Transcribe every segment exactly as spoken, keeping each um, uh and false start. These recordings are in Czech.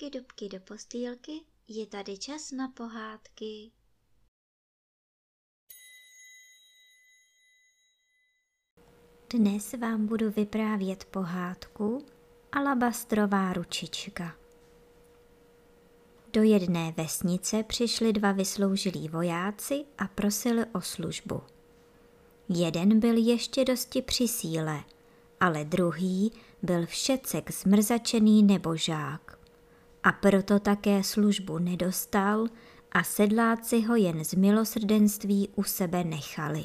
Dubky, dubky do postýlky, je tady čas na pohádky. Dnes vám budu vyprávět pohádku Alabastrová ručička. Do jedné vesnice přišli dva vysloužilí vojáci a prosili o službu. Jeden byl ještě dosti při síle, ale druhý byl všecek zmrzačený nebožák. A proto také službu nedostal a sedláci ho jen z milosrdenství u sebe nechali.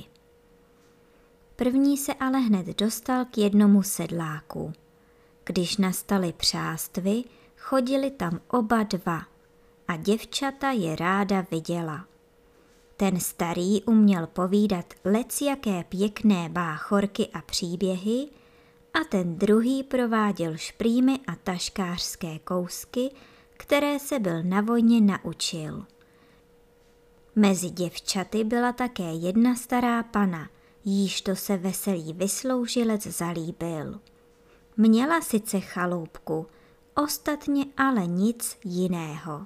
První se ale hned dostal k jednomu sedláku. Když nastaly přástvy, chodili tam oba dva a děvčata je ráda viděla. Ten starý uměl povídat lecjaké pěkné báchorky a příběhy a ten druhý prováděl šprýmy a taškářské kousky, které se byl na vojně naučil. Mezi děvčaty byla také jedna stará pana, jíž to se veselý vysloužilec zalíbil. Měla sice chaloupku, ostatně ale nic jiného.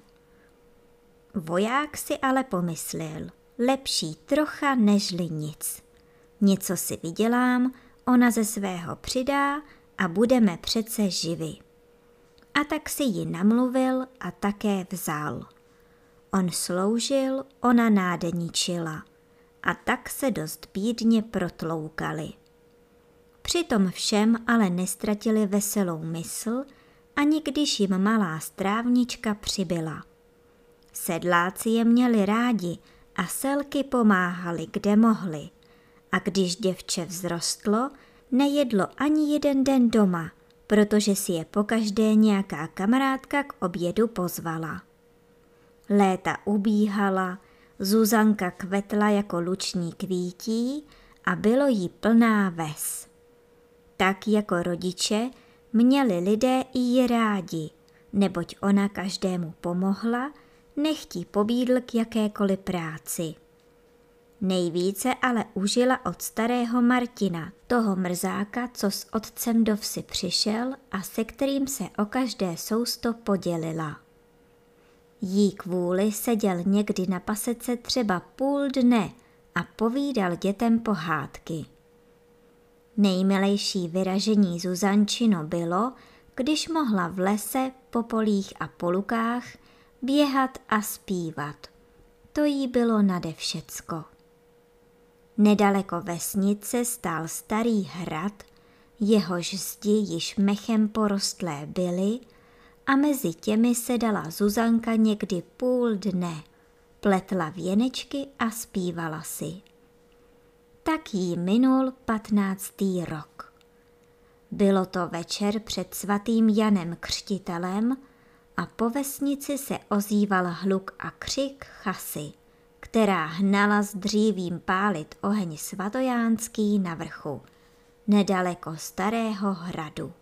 Voják si ale pomyslel, lepší trocha nežli nic. Něco si vydělám, ona ze svého přidá a budeme přece živi. A tak si ji namluvil a také vzal. On sloužil, ona nádeničila a tak se dost bídně protloukali. Přitom všem ale nestratili veselou mysl, ani když jim malá strávnička přibyla. Sedláci je měli rádi a selky pomáhali, kde mohli. A když děvče vzrostlo, nejedlo ani jeden den doma, protože si je pokaždé nějaká kamarádka k obědu pozvala. Léta ubíhala, Zuzanka kvetla jako luční kvítí a bylo jí plná ves. Tak jako rodiče měli lidé i ji rádi, neboť ona každému pomohla, nechtí pobídl k jakékoliv práci. Nejvíce ale užila od starého Martina, toho mrzáka, co s otcem do vsi přišel a se kterým se o každé sousto podělila. Jí kvůli seděl někdy na pasece třeba půl dne a povídal dětem pohádky. Nejmilejší vyražení Zuzančino bylo, když mohla v lese, po polích a po lukách běhat a zpívat. To jí bylo nade všecko. Nedaleko vesnice stál starý hrad, jehož zdi již mechem porostlé byly a mezi těmi se dala Zuzanka někdy půl dne, pletla věnečky a zpívala si. Tak jí minul patnáctý rok. Bylo to večer před svatým Janem Křtitelem a po vesnici se ozýval hluk a křik chasy, která hnala s dřívím pálit oheň svatojánský na vrchu, nedaleko starého hradu.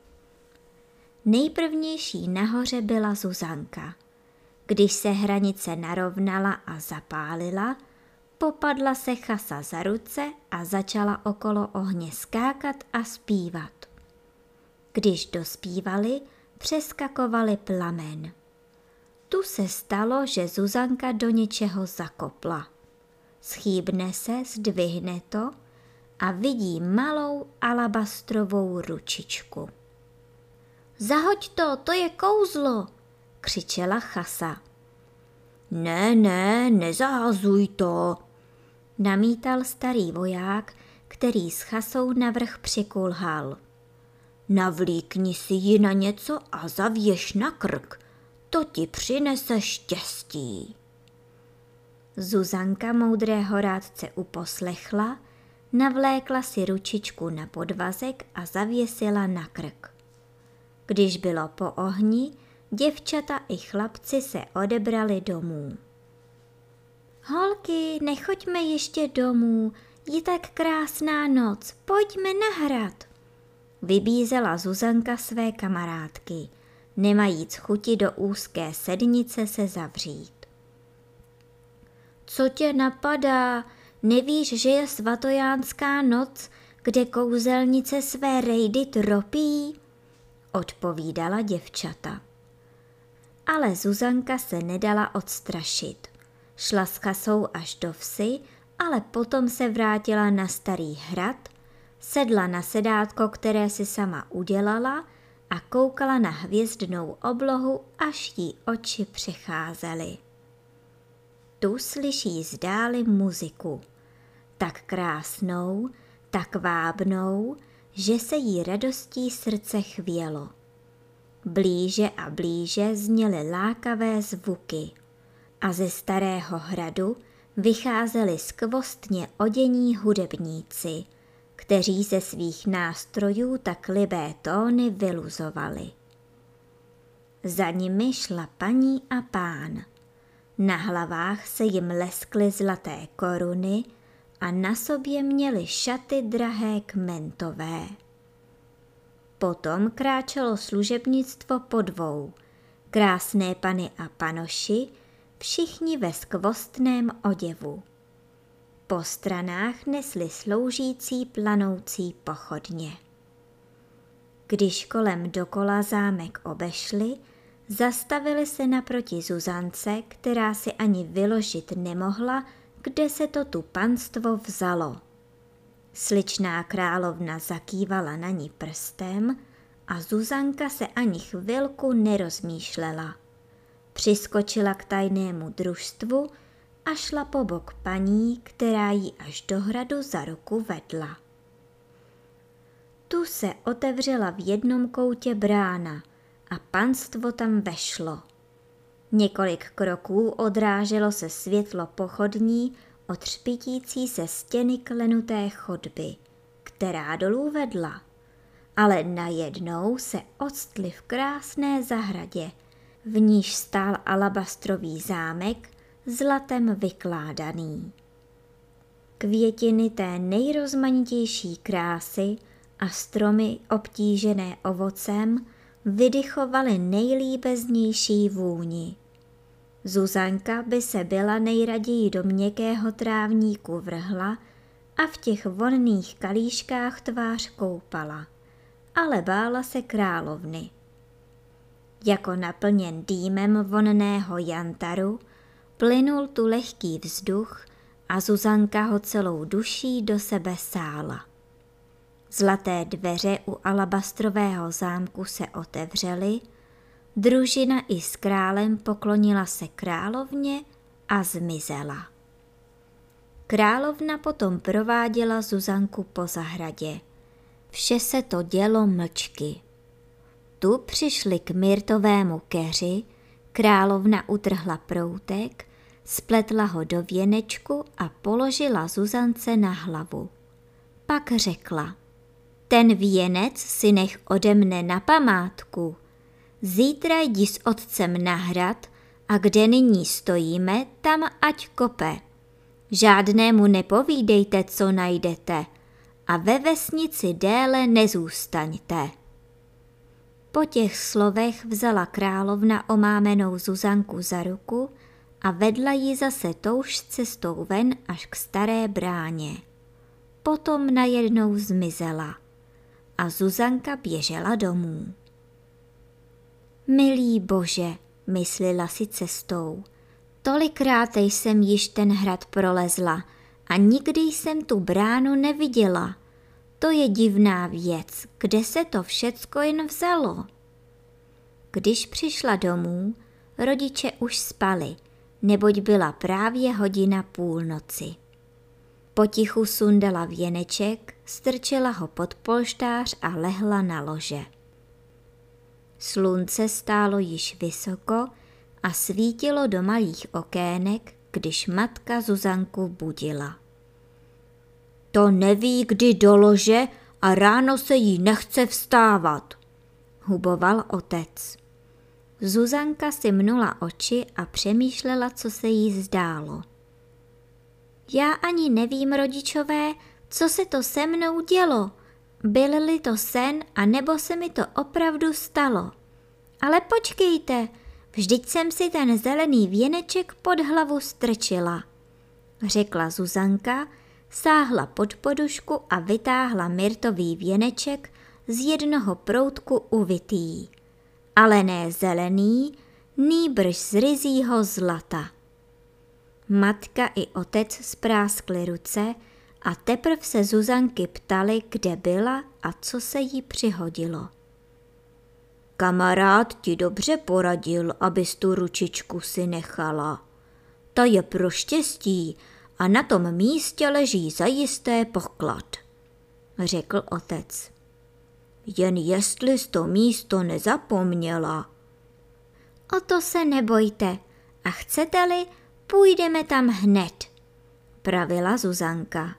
Nejprvnější nahoře byla Zuzanka. Když se hranice narovnala a zapálila, popadla se chasa za ruce a začala okolo ohně skákat a zpívat. Když dospívali, přeskakovali plamen. Tu se stalo, že Zuzanka do něčeho zakopla. Schýbne se, zdvihne to a vidí malou alabastrovou ručičku. Zahoď to, to je kouzlo, křičela chasa. Ne, ne, nezahazuj to, namítal starý voják, který s chasou navrch přikulhal. Navlíkni si ji na něco a zavěš na krk, to ti přinese štěstí. Zuzanka moudrého rádce uposlechla, navlékla si ručičku na podvazek a zavěsila na krk. Když bylo po ohni, děvčata i chlapci se odebrali domů. Holky, nechoďme ještě domů, je tak krásná noc, pojďme na hrad, vybízela Zuzanka své kamarádky, nemajíc chuti do úzké sednice se zavřít. Co tě napadá? Nevíš, že je svatojánská noc, kde kouzelnice své rejdy tropí? Odpovídala děvčata. Ale Zuzanka se nedala odstrašit. Šla s kasou až do vsi, ale potom se vrátila na Starý hrad, sedla na sedátko, které si sama udělala, a koukala na hvězdnou oblohu, až jí oči přecházely. Tu slyší zdáli muziku, tak krásnou, tak vábnou, že se jí radostí srdce chvělo. Blíže a blíže zněly lákavé zvuky a ze Starého hradu vycházeli skvostně odění hudebníci, kteří ze svých nástrojů tak libé tóny vyluzovali. Za nimi šla paní a pán. Na hlavách se jim leskly zlaté koruny a na sobě měli šaty drahé kmentové. Potom kráčelo služebnictvo po dvou, krásné pany a panoši, všichni ve skvostném oděvu. Po stranách nesli sloužící planoucí pochodně. Když kolem dokola zámek obešli, zastavili se naproti Zuzance, která si ani vyložit nemohla, kde se to tu panstvo vzalo. Sličná královna zakývala na ní prstem a Zuzanka se ani chvilku nerozmýšlela. Přiskočila k tajnému družstvu a šla po bok paní, která ji až do hradu za ruku vedla. Tu se otevřela v jednom koutě brána a panstvo tam vešlo. Několik kroků odráželo se světlo pochodní od třpitící se stěny klenuté chodby, která dolů vedla, ale najednou se octli v krásné zahradě, v níž stál alabastrový zámek, zlatem vykládaný. Květiny té nejrozmanitější krásy a stromy obtížené ovocem vydychovaly nejlíbeznější vůni. Zuzanka by se byla nejraději do měkkého trávníku vrhla a v těch vonných kalíškách tvář koupala, ale bála se královny. Jako naplněn dýmem vonného jantaru plynul tu lehký vzduch a Zuzanka ho celou duší do sebe sála. Zlaté dveře u alabastrového zámku se otevřely, družina i s králem poklonila se královně a zmizela. Královna potom prováděla Zuzanku po zahradě. Vše se to dělo mlčky. Tu přišli k myrtovému keři, královna utrhla proutek, spletla ho do věnečku a položila Zuzance na hlavu. Pak řekla: ten věnec si nech ode mne na památku. Zítra jdi s otcem na hrad a kde nyní stojíme, tam ať kope. Žádnému nepovídejte, co najdete, a ve vesnici déle nezůstaňte. Po těch slovech vzala královna omámenou Zuzanku za ruku a vedla ji zase touž cestou ven až k staré bráně. Potom najednou zmizela a Zuzanka běžela domů. Milý Bože, myslela si cestou, tolikrát jsem již ten hrad prolezla a nikdy jsem tu bránu neviděla. To je divná věc, kde se to všecko jen vzalo. Když přišla domů, rodiče už spali, neboť byla právě hodina půlnoci. Potichu sundala věneček, strčila ho pod polštář a lehla na lože. Slunce stálo již vysoko a svítilo do malých okének, když matka Zuzanku budila. To neví, kdy do lože a ráno se jí nechce vstávat, huboval otec. Zuzanka si mnula oči a přemýšlela, co se jí zdálo. Já ani nevím, rodičové, co se to se mnou dělo. Byl-li to sen, a nebo se mi to opravdu stalo. Ale počkejte, vždyť jsem si ten zelený věneček pod hlavu strčila, řekla Zuzanka, sáhla pod podušku a vytáhla myrtový věneček z jednoho proutku uvitý. Ale ne zelený, nýbrž z ryzího zlata. Matka i otec spráskli ruce a teprv se Zuzanky ptali, kde byla a co se jí přihodilo. Kamarád ti dobře poradil, abys tu ručičku si nechala. Ta je pro štěstí a na tom místě leží zajisté poklad, řekl otec. Jen jestli jsi to místo nezapomněla. O to se nebojte a chcete-li, půjdeme tam hned, pravila Zuzanka.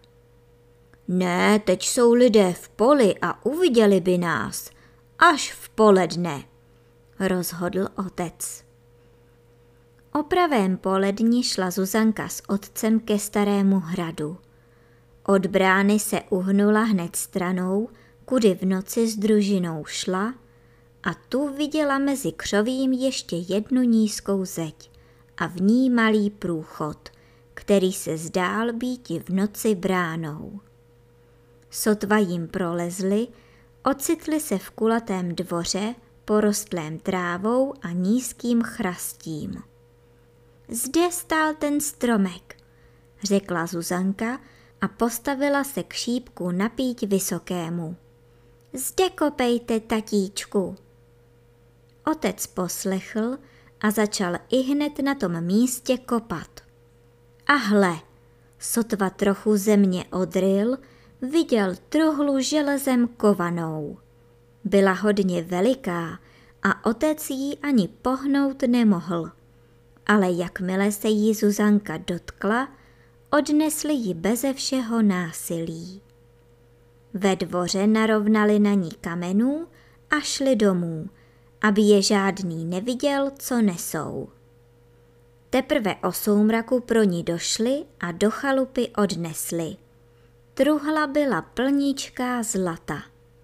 Ne, teď jsou lidé v poli a uviděli by nás, až v poledne, rozhodl otec. O pravém poledni šla Zuzanka s otcem ke Starému hradu. Od brány se uhnula hned stranou, kudy v noci s družinou šla, a tu viděla mezi křovím ještě jednu nízkou zeď a v ní malý průchod, který se zdál býti v noci bránou. Sotva jim prolezli, ocitli se v kulatém dvoře, porostlém trávou a nízkým chrastím. Zde stál ten stromek, řekla Zuzanka a postavila se k šípku napíť vysokému. Zde kopejte, tatíčku. Otec poslechl a začal ihned na tom místě kopat. A hle, sotva trochu země odryl, viděl truhlu železem kovanou. Byla hodně veliká a otec jí ani pohnout nemohl. Ale jakmile se jí Zuzanka dotkla, odnesli ji beze všeho násilí. Ve dvoře narovnali na ní kamenů a šli domů, aby je žádný neviděl, co nesou. Teprve o soumraku pro ní došli a do chalupy odnesli. Truhla byla plničká zlata.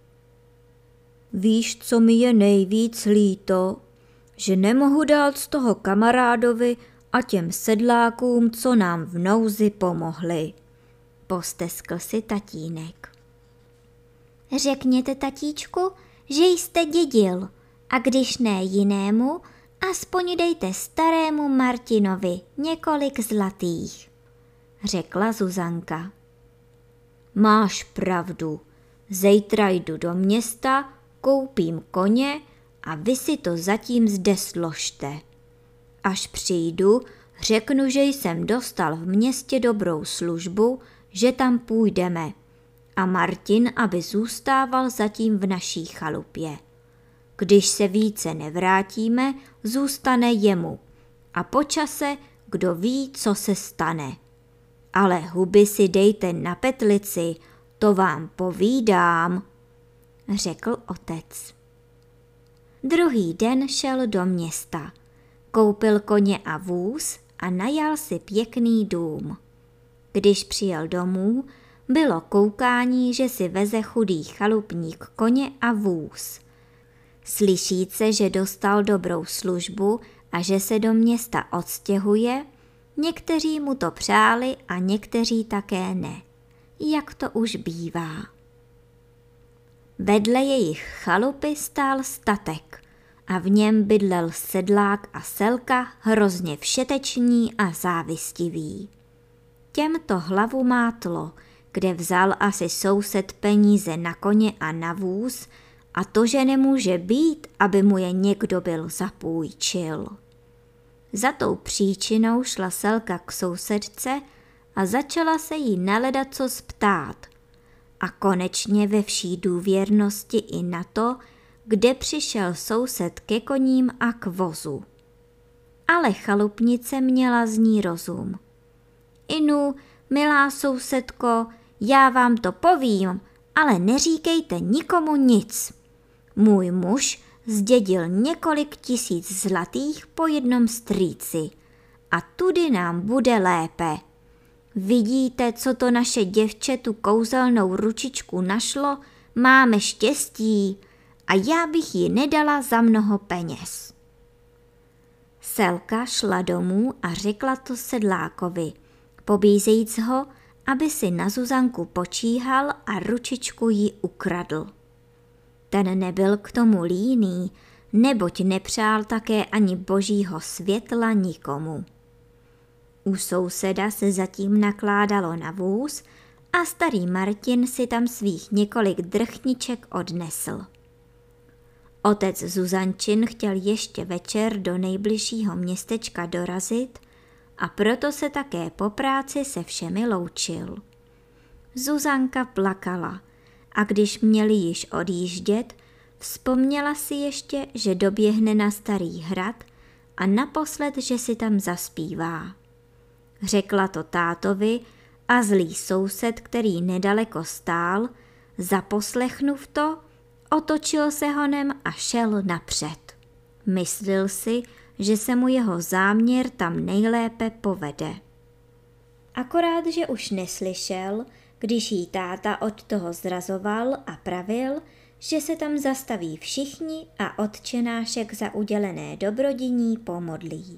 Víš, co mi je nejvíc líto? Že nemohu dát z toho kamarádovi a těm sedlákům, co nám v nouzi pomohli, posteskl si tatínek. Řekněte, tatíčku, že jste dědil, a když ne jinému, aspoň dejte starému Martinovi několik zlatých, řekla Zuzanka. Máš pravdu, zítra jdu do města, koupím koně a vy si to zatím zde složte. Až přijdu, řeknu, že jsem dostal v městě dobrou službu, že tam půjdeme a Martin, aby zůstával zatím v naší chalupě. Když se více nevrátíme, zůstane jemu a po čase, kdo ví, co se stane. Ale huby si dejte na petlici, to vám povídám, řekl otec. Druhý den šel do města, koupil koně a vůz a najal si pěkný dům. Když přijel domů, bylo koukání, že si veze chudý chalupník koně a vůz. Slyšíce, že dostal dobrou službu a že se do města odstěhuje, někteří mu to přáli a někteří také ne, jak to už bývá. Vedle jejich chalupy stál statek a v něm bydlel sedlák a selka hrozně všeteční a závistivý. Těm to hlavu mátlo, kde vzal asi soused peníze na koně a na vůz, a to, že nemůže být, aby mu je někdo byl zapůjčil. Za tou příčinou šla selka k sousedce a začala se jí naledacos ptát. A konečně ve vší důvěrnosti i na to, kde přišel soused ke koním a k vozu. Ale chalupnice měla z ní rozum. Inu, milá sousedko, já vám to povím, ale neříkejte nikomu nic. Můj muž zdědil několik tisíc zlatých po jednom strýci a tudy nám bude lépe. Vidíte, co to naše děvče tu kouzelnou ručičku našlo? Máme štěstí a já bych ji nedala za mnoho peněz. Selka šla domů a řekla to sedlákovi, pobízejíc ho, aby si na Zuzanku počíhal a ručičku jí ukradl. Ten nebyl k tomu líný, neboť nepřál také ani božího světla nikomu. U souseda se zatím nakládalo na vůz a starý Martin si tam svých několik drchniček odnesl. Otec Zuzančin chtěl ještě večer do nejbližšího městečka dorazit a proto se také po práci se všemi loučil. Zuzanka plakala a když měli již odjíždět, vzpomněla si ještě, že doběhne na Starý hrad a naposled, že si tam zaspívá. Řekla to tátovi a zlý soused, který nedaleko stál, zaposlechnув to, otočil se honem a šel napřed. Myslil si, že se mu jeho záměr tam nejlépe povede. Akorát, že už neslyšel, když jí táta od toho zrazoval a pravil, že se tam zastaví všichni a otčenášek za udělené dobrodiní pomodlí.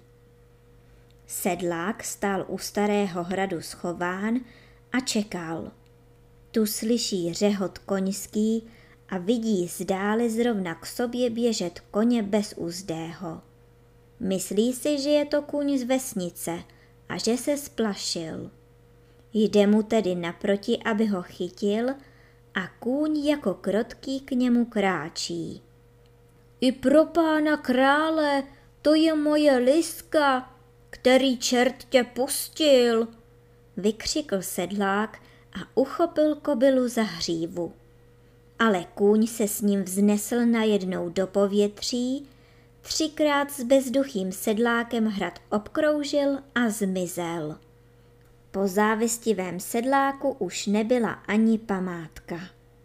Sedlák stál u Starého hradu schován a čekal. Tu slyší řehot koňský a vidí zdáli zrovna k sobě běžet koně bezuzdého. Myslí si, že je to kůň z vesnice a že se splašil. Jde mu tedy naproti, aby ho chytil, a kůň jako krotký k němu kráčí. I pro pána krále, to je moje Liska, který čert tě pustil, vykřikl sedlák a uchopil kobylu za hřívu. Ale kůň se s ním vznesl najednou do povětří, třikrát s bezduchým sedlákem hrad obkroužil a zmizel. Po závistivém sedláku už nebyla ani památka.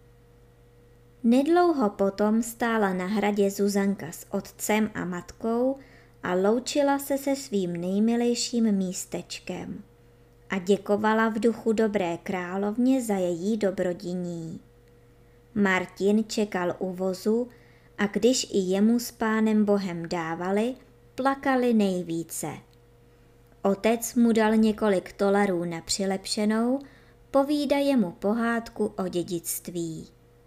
Nedlouho potom stála na hradě Zuzanka s otcem a matkou a loučila se se svým nejmilejším místečkem a děkovala v duchu dobré královně za její dobrodiní. Martin čekal u vozu a když i jemu s pánem Bohem dávali, plakali nejvíce. Otec mu dal několik tolarů na přilepšenou, povídaje mu pohádku o dědictví.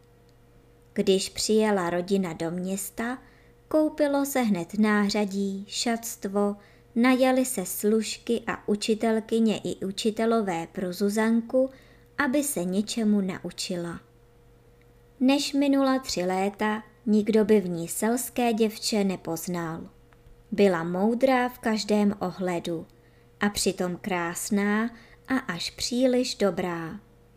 Když přijela rodina do města, koupilo se hned nářadí, šatstvo, najali se služky a učitelkyně i učitelové pro Zuzanku, aby se něčemu naučila. Než minula tři léta, nikdo by v ní selské děvče nepoznal. Byla moudrá v každém ohledu a přitom krásná a až příliš dobrá.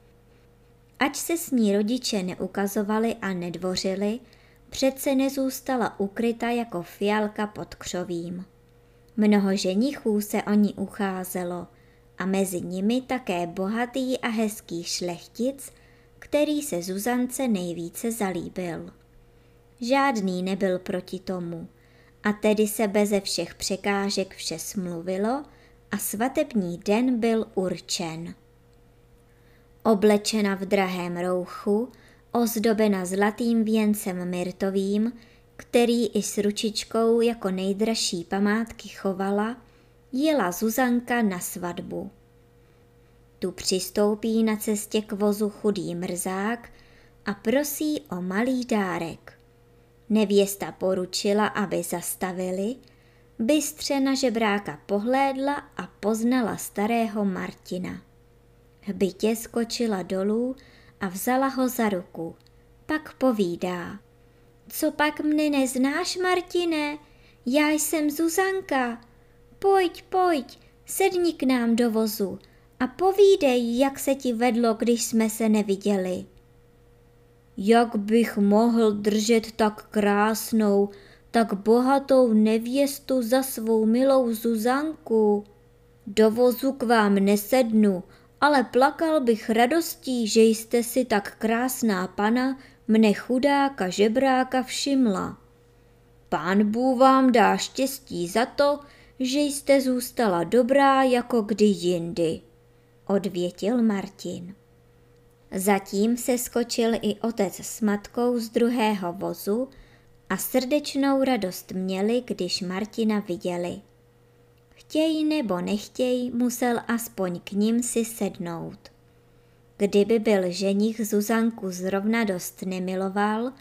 Ať se s ní rodiče neukazovali a nedvořili, přece nezůstala ukryta jako fialka pod křovím. Mnoho ženichů se o ní ucházelo a mezi nimi také bohatý a hezký šlechtic, který se Zuzance nejvíce zalíbil. Žádný nebyl proti tomu a tedy se beze všech překážek vše smluvilo a svatební den byl určen. Oblečena v drahém rouchu, ozdobena zlatým věncem myrtovým, který i s ručičkou jako nejdražší památky chovala, jela Zuzanka na svatbu. Tu přistoupí na cestě k vozu chudý mrzák a prosí o malý dárek. Nevěsta poručila, aby zastavili, bystře na žebráka pohlédla a poznala starého Martina. Hbitě skočila dolů a vzala ho za ruku. Pak povídá: Co pak mne neznáš, Martine? Já jsem Zuzanka. Pojď, pojď, sedni k nám do vozu a povídej, jak se ti vedlo, když jsme se neviděli. Jak bych mohl držet tak krásnou, tak bohatou nevěstu za svou milou Zuzanku? Do vozu k vám nesednu, ale plakal bych radostí, že jste si tak krásná pana mne chudáka žebráka všimla. Pán Bůh vám dá štěstí za to, že jste zůstala dobrá jako kdy jindy, odvětil Martin. Zatím se skočil i otec s matkou z druhého vozu a srdečnou radost měli, když Martina viděli. Chtěj nebo nechtěj, musel aspoň k ním si sednout. Kdyby byl ženich Zuzanku zrovna dost nemiloval,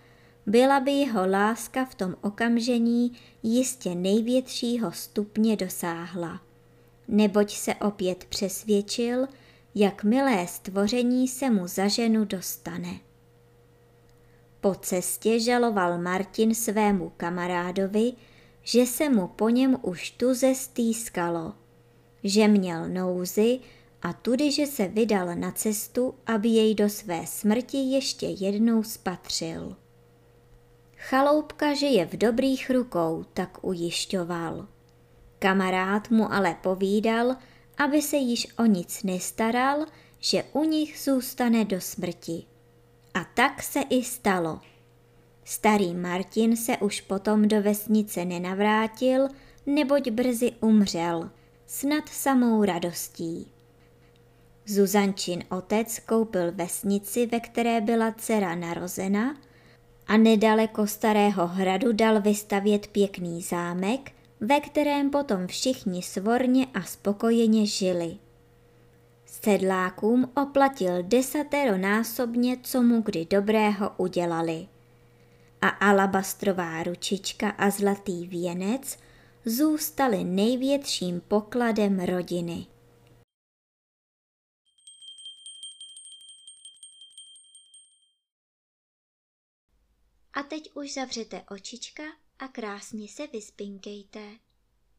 byla by jeho láska v tom okamžení jistě největšího stupně dosáhla, neboť se opět přesvědčil, jak milé stvoření se mu za ženu dostane. Po cestě žaloval Martin svému kamarádovi, že se mu po něm už tuze stýskalo, že měl nouzi a tudyže se vydal na cestu, aby jej do své smrti ještě jednou spatřil. Chaloupka žije v dobrých rukou, tak ujišťoval. Kamarád mu ale povídal, aby se již o nic nestaral, že u nich zůstane do smrti. A tak se i stalo. Starý Martin se už potom do vesnice nenavrátil, neboť brzy umřel, snad samou radostí. Zuzančin otec koupil vesnici, ve které byla dcera narozena, a nedaleko starého hradu dal vystavět pěkný zámek, ve kterém potom všichni svorně a spokojeně žili. Sedlákům oplatil desateronásobně, co mu kdy dobrého udělali. A alabastrová ručička a zlatý věnec zůstaly největším pokladem rodiny. A teď už zavřete očička a krásně se vyspinkejte.